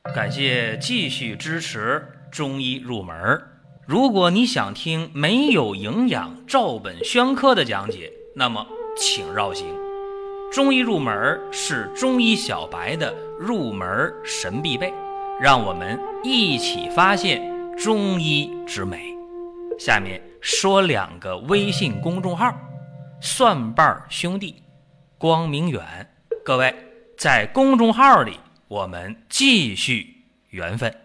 感谢继续支持中医入门。如果你想听没有营养照本宣科的讲解，那么请绕行。中医入门是中医小白的入门神必备，让我们一起发现中医之美。下面说2个微信公众号：蒜瓣兄弟、光明远。各位在公众号里，我们继续缘分。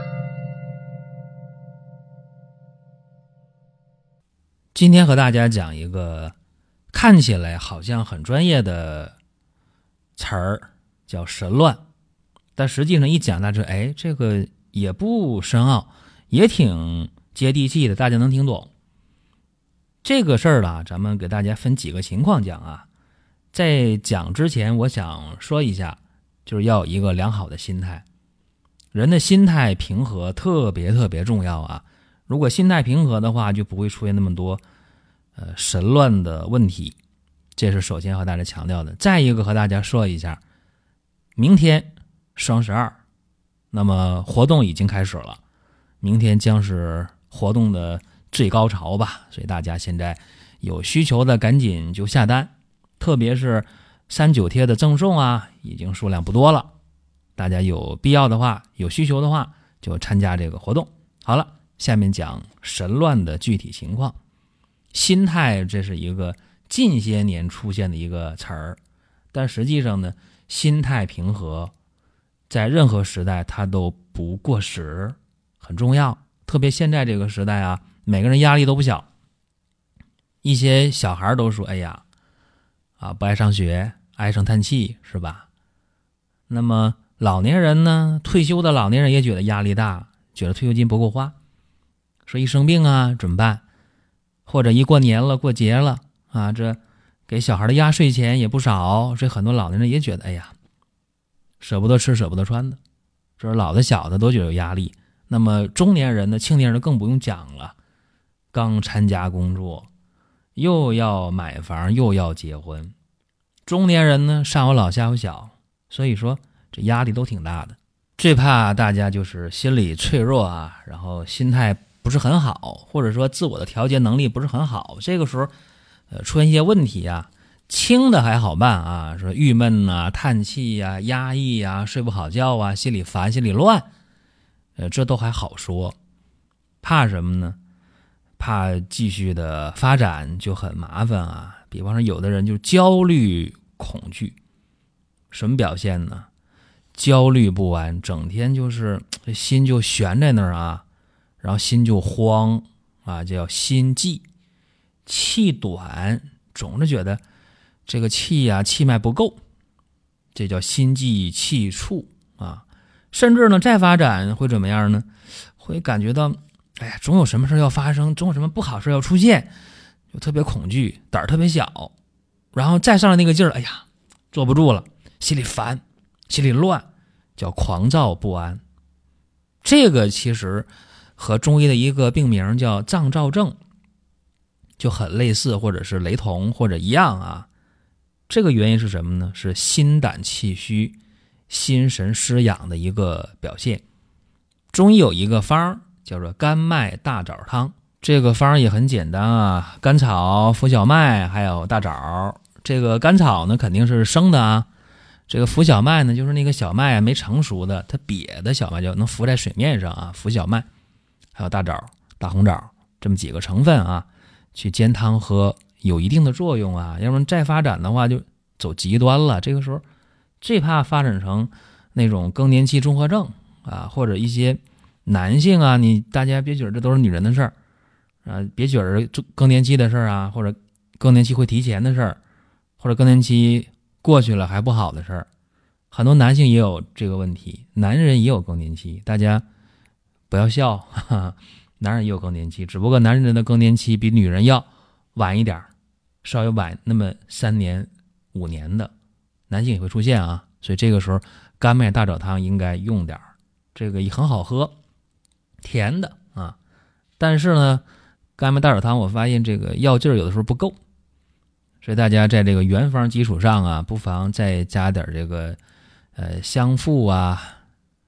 今天和大家讲一个看起来好像很专业的词儿，叫神乱。但实际上一讲大家这个也不深奥，也挺接地气的，大家能听懂。这个事儿呢，咱们给大家分几个情况讲啊。在讲之前，我想说一下，就是要有一个良好的心态。人的心态平和特别重要啊。如果心态平和的话，就不会出现那么多神乱的问题。这是首先和大家强调的。再一个和大家说一下，明天双12，那么活动已经开始了，明天将是活动的最高潮吧，所以大家现在有需求的赶紧就下单，特别是39贴的赠送啊，已经数量不多了，大家有必要的话，有需求的话就参加这个活动。好了，下面讲神乱的具体情况。心态这是一个近些年出现的一个词儿，但实际上呢，心态平和在任何时代它都不过时，很重要。特别现在这个时代啊，每个人压力都不小。一些小孩都说不爱上学，唉声叹气，是吧？那么老年人呢，退休的老年人也觉得压力大，觉得退休金不够花，说一生病啊怎么办？或者一过年了过节了啊，这给小孩的压岁钱也不少，所以很多老年人也觉得舍不得吃舍不得穿的，这是老的小的都觉得有压力。那么中年人呢，青年人更不用讲了，刚参加工作，又要买房又要结婚，中年人呢上有老下有小，所以说这压力都挺大的。最怕大家就是心理脆弱啊，然后心态不是很好，或者说自我的调节能力不是很好，这个时候出现一些问题啊，轻的还好办啊，说郁闷啊、叹气啊、压抑啊、睡不好觉啊、心里烦心里乱，这都还好说。怕什么呢？怕继续的发展就很麻烦啊。比方说有的人就焦虑恐惧，什么表现呢？焦虑不安，整天就是心就悬在那儿啊，然后心就慌啊，叫心悸。气短，总是觉得这个气气脉不够，这叫心悸气促啊。甚至呢再发展会怎么样呢？会感觉到总有什么事要发生，总有什么不好事要出现，就特别恐惧，胆儿特别小，然后再上来那个劲儿，坐不住了，心里烦心里乱，叫狂躁不安。这个其实和中医的一个病名叫脏躁症就很类似，或者是雷同，或者一样啊。这个原因是什么呢？是心胆气虚、心神失养的一个表现。中医有一个方叫做甘麦大枣汤，这个方也很简单啊，甘草、浮小麦还有大枣。这个甘草呢肯定是生的啊，这个浮小麦呢就是那个小麦没成熟的，它瘪的小麦就能浮在水面上啊，浮小麦还有大枣、大红枣这么几个成分啊，去煎汤喝有一定的作用啊，要不然再发展的话就走极端了。这个时候最怕发展成那种更年期综合症啊，或者一些男性啊，大家别觉得这都是女人的事儿啊，别觉得更年期的事儿啊，或者更年期会提前的事儿，或者更年期过去了还不好的事儿。很多男性也有这个问题，男人也有更年期，大家不要笑，男人也有更年期，只不过男人的更年期比女人要晚一点，稍微晚那么3年5年的男性也会出现啊。所以这个时候甘麦大枣汤应该用点，这个也很好喝，甜的啊。但是呢甘麦大枣汤我发现这个药劲儿有的时候不够，所以大家在这个原方基础上啊，不妨再加点这个香附啊，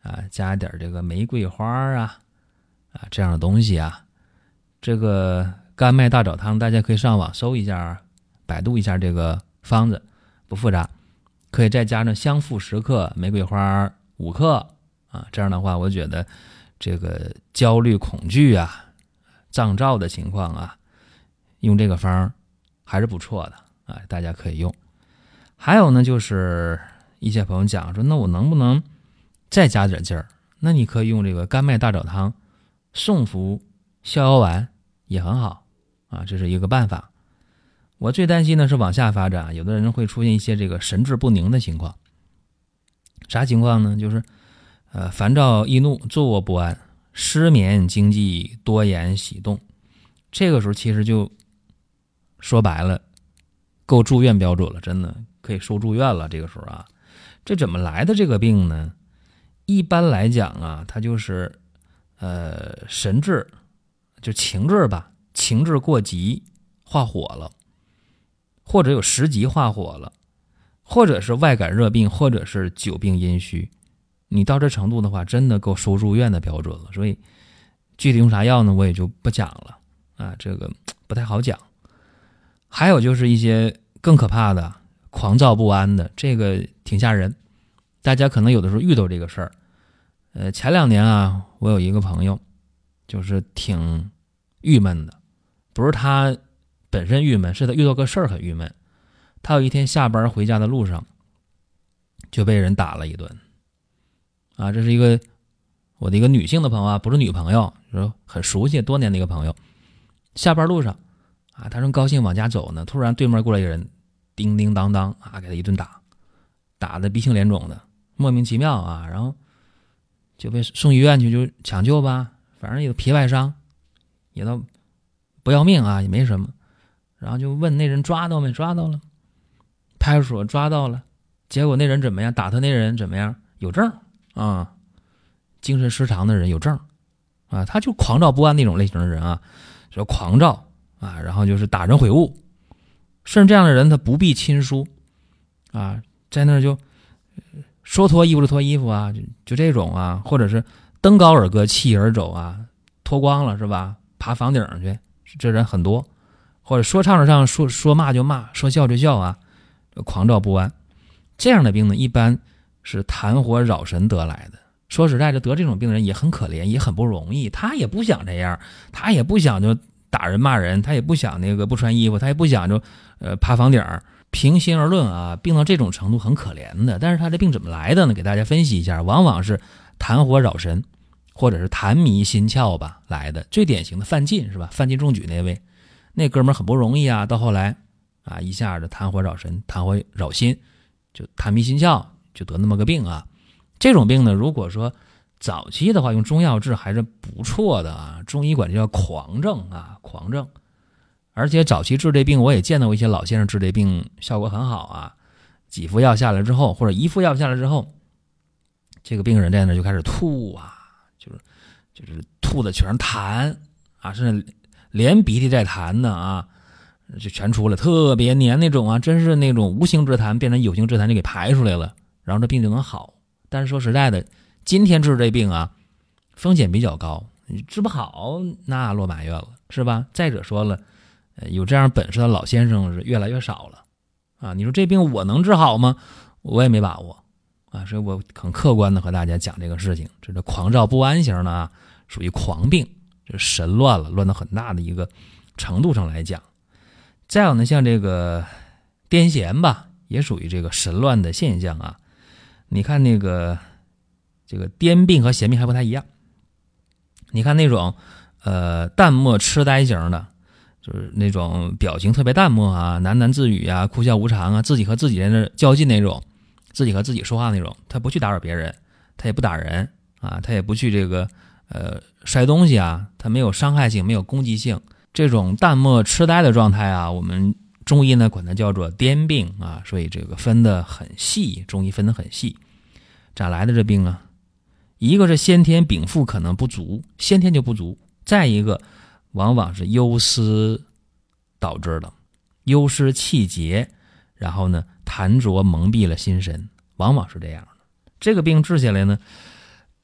啊，加点这个玫瑰花啊这样的东西啊。这个甘麦大枣汤大家可以上网搜一下，百度一下这个方子，不复杂。可以再加上香附10克，玫瑰花5克啊，这样的话我觉得这个焦虑恐惧啊、脏燥的情况啊，用这个方还是不错的啊，大家可以用。还有呢，就是一些朋友讲说，那我能不能再加点劲儿？那你可以用这个甘麦大枣汤送服逍遥丸也很好啊，这是一个办法。我最担心的是往下发展，有的人会出现一些这个神志不宁的情况。啥情况呢？就是烦躁易怒，坐卧不安，失眠惊悸，多言喜动。这个时候其实就说白了够住院标准了，真的可以收住院了。这个时候啊，这怎么来的这个病呢？一般来讲啊，它就是神志就情志吧，情志过急化火了，或者有10级化火了，或者是外感热病，或者是久病阴虚。你到这程度的话，真的够收住院的标准了。所以具体用啥药呢，我也就不讲了啊，这个不太好讲。还有就是一些更可怕的狂躁不安的，这个挺吓人。大家可能有的时候遇到这个事儿。前2年啊，我有一个朋友就是挺郁闷的，不是他本身郁闷，是他遇到个事儿很郁闷。他有一天下班回家的路上就被人打了一顿啊，这是我的一个女性的朋友啊，不是女朋友，就是很熟悉多年的一个朋友。下班路上啊，他正高兴往家走呢，突然对面过来一个人叮叮当当啊，给他一顿打得鼻青脸肿的，莫名其妙啊，然后就被送医院去就抢救吧，反正有皮外伤，也都不要命啊，也没什么。然后就问那人抓到没？抓到了，派出所抓到了。结果那人怎么样？打他那人怎么样？有证啊，精神失常的人有证啊，他就狂躁不安那种类型的人啊，说狂躁啊，然后就是打人毁物，甚至这样的人他不必亲疏啊，在那就说脱衣服就脱衣服啊，就这种啊，或者是登高而歌，弃而走啊，脱光了是吧？爬房顶去，这人很多。或者说唱着唱，说骂就骂，说笑就笑啊，狂躁不安。这样的病呢，一般是痰火扰神得来的。说实在的，得这种病的人也很可怜，也很不容易。他也不想这样，他也不想就打人骂人，他也不想那个不穿衣服，他也不想就爬房顶。平心而论啊，病到这种程度很可怜的。但是他这病怎么来的呢？给大家分析一下，往往是痰火扰神，或者是痰迷心窍吧来的。最典型的范进是吧？范进中举那位，那哥们儿很不容易啊，到后来啊，一下子痰火扰神，痰火扰心，就痰迷心窍，就得那么个病啊。这种病呢，如果说早期的话，用中药治还是不错的啊。中医管这叫狂症啊，狂症。而且早期治这病，我也见到过一些老先生治这病效果很好啊。几副药下来之后，或者1副药下来之后，这个病人在那就开始吐啊，就是吐的全是痰啊，甚至连鼻涕带痰的啊，就全出了，特别黏那种啊，真是那种无形之痰变成有形之痰就给排出来了，然后这病就能好。但是说实在的，今天治这病啊，风险比较高，你治不好那落马院了，是吧？再者说了，有这样本事的老先生是越来越少了啊。你说这病我能治好吗？我也没把握啊，所以我很客观的和大家讲这个事情。这狂躁不安型的啊，属于狂病，这神乱了，乱到很大的一个程度上来讲。再有呢，像这个癫痫吧，也属于这个神乱的现象啊。你看这个癫病和痫病还不太一样。你看那种淡漠痴呆型的，就是那种表情特别淡漠啊，喃喃自语啊，哭笑无常啊，自己和自己在那较劲那种，自己和自己说话那种，他不去打扰别人，他也不打人啊，他也不去这个摔东西啊，他没有伤害性，没有攻击性。这种淡漠痴呆的状态啊，我们中医呢管它叫做癫病啊，所以这个分得很细，中医分得很细。咋来的这病啊？一个是先天禀赋可能不足，先天就不足；再一个，往往是忧思导致的，忧思气结，然后呢痰浊蒙蔽了心神，往往是这样的。这个病治下来呢，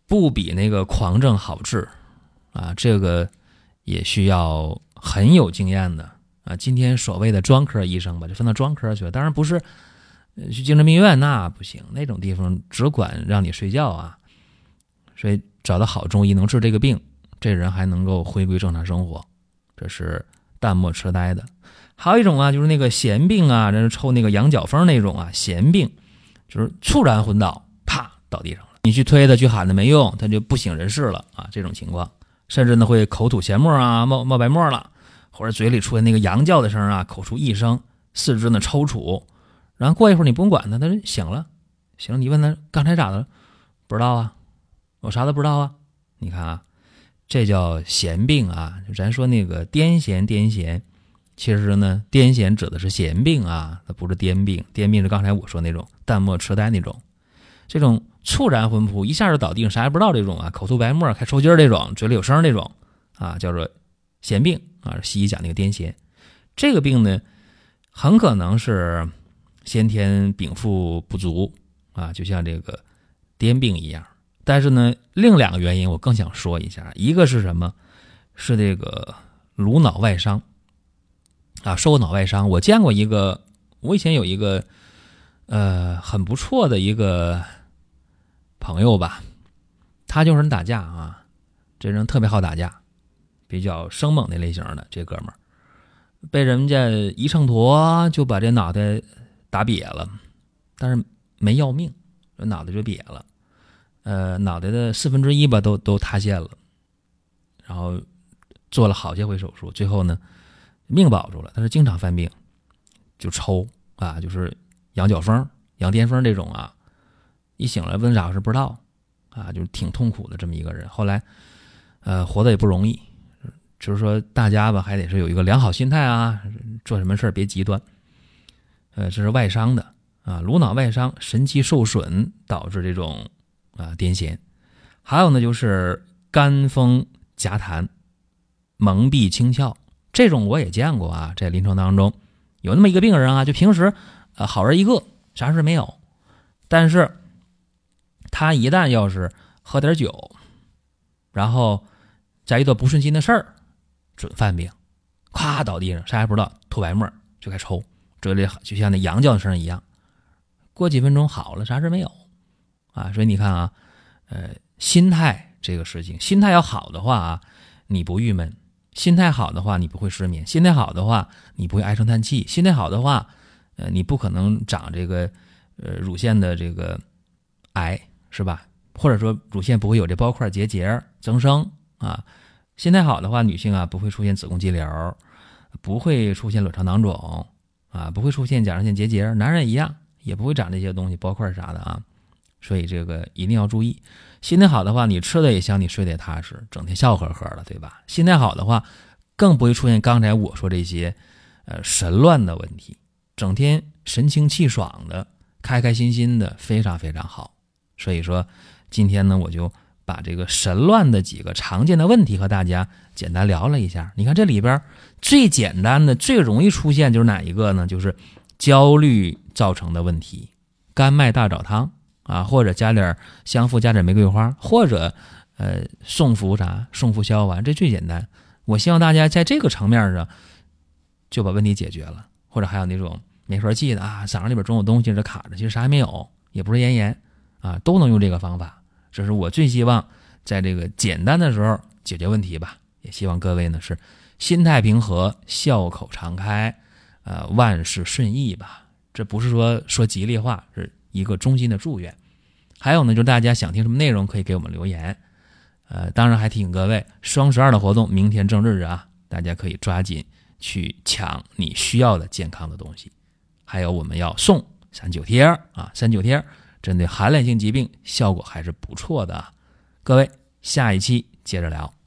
不比那个狂症好治啊，这个也需要很有经验的啊。今天所谓的专科医生吧，就分到专科去了，当然不是去精神病院，那不行，那种地方只管让你睡觉啊。所以找到好中医能治这个病，这人还能够回归正常生活，这是淡漠痴呆的。还有一种啊，就是那个闲病啊，这是抽那个羊角风那种啊，闲病就是猝然昏倒，啪倒地上了，你去推他去喊他没用，他就不省人事了啊，这种情况。甚至呢会口吐涎沫啊，冒白沫了，或者嘴里出现那个羊叫的声啊，口出异声，四肢呢抽搐，然后过一会儿你不用管他，他就醒了，你问他刚才咋的了，不知道啊，我啥都不知道啊。你看啊，这叫闲病啊。咱说那个癫痫，其实呢癫痫指的是闲病啊，它不是癫病。癫病是刚才我说那种淡漠痴呆那种，这种猝然昏扑一下就倒地上啥也不知道这种啊，口吐白沫开抽筋这种，嘴里有声这种啊，叫做闲病啊，西医讲那个癫痫。这个病呢很可能是先天禀赋不足啊，就像这个癫病一样。但是呢另两个原因我更想说一下，一个是什么，是这个颅脑外伤啊，受过脑外伤。我见过一个，我以前有一个很不错的一个朋友吧，他就是人打架啊，这人特别好打架，比较生猛那类型的。这哥们儿被人家一秤砣就把这脑袋打瘪了，但是没要命，这脑袋就瘪了，脑袋的1/4吧都塌陷了，然后做了好些回手术，最后呢命保住了。但是经常犯病，就抽啊，就是羊角风、羊癫风这种啊，一醒来问咋回事不知道啊，就是挺痛苦的这么一个人。后来活得也不容易，就是说大家吧还得是有一个良好心态啊，做什么事别极端。这是外伤的啊，颅脑外伤，神经受损导致这种癫痫。还有呢就是肝风夹痰、蒙蔽清窍，这种我也见过啊，在临床当中有那么一个病人啊，就平时好人一个，啥事没有，但是他一旦要是喝点酒，然后再遇到不顺心的事儿，准犯病，咵倒地上，啥也不知道，吐白沫就该抽，这里就像那羊叫声一样，过几分钟好了，啥事没有啊。所以你看啊，心态这个事情，心态要好的话啊，你不郁闷；心态好的话，你不会失眠；心态好的话，你不会唉声叹气；心态好的话，你不可能长这个乳腺的这个癌，是吧？或者说乳腺不会有这包块结节增生啊。心态好的话，女性啊不会出现子宫肌瘤，不会出现卵巢囊肿啊，不会出现甲状腺结节，男人一样也不会长这些东西包块啥的啊。所以这个一定要注意，心态好的话，你吃的也香，你睡得也踏实，整天笑呵呵的，对吧？心态好的话，更不会出现刚才我说这些神乱的问题，整天神清气爽的，开开心心的，非常非常好。所以说今天呢，我就把这个神乱的几个常见的问题和大家简单聊了一下。你看这里边最简单的最容易出现就是哪一个呢？就是焦虑造成的问题，甘麦大枣汤啊，或者加点香附，加点玫瑰花，或者送服消丸，这最简单。我希望大家在这个层面上就把问题解决了。或者还有那种没法记的啊，嗓子里边总有东西这卡着，其实啥也没有，也不是咽炎啊，都能用这个方法。这是我最希望在这个简单的时候解决问题吧。也希望各位呢是心态平和，笑口常开，万事顺意吧。这不是说吉利话，是一个衷心的祝愿。还有呢，就是大家想听什么内容可以给我们留言。当然还提醒各位，双12的活动明天正日啊，大家可以抓紧去抢你需要的健康的东西。还有我们要送39贴啊，39贴针对寒凉性疾病效果还是不错的啊。各位下一期接着聊。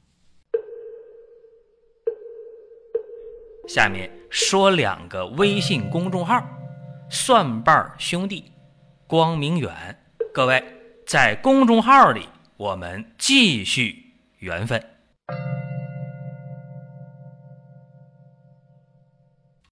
下面说2个微信公众号，蒜瓣兄弟、光明远。各位在公众号里我们继续缘分。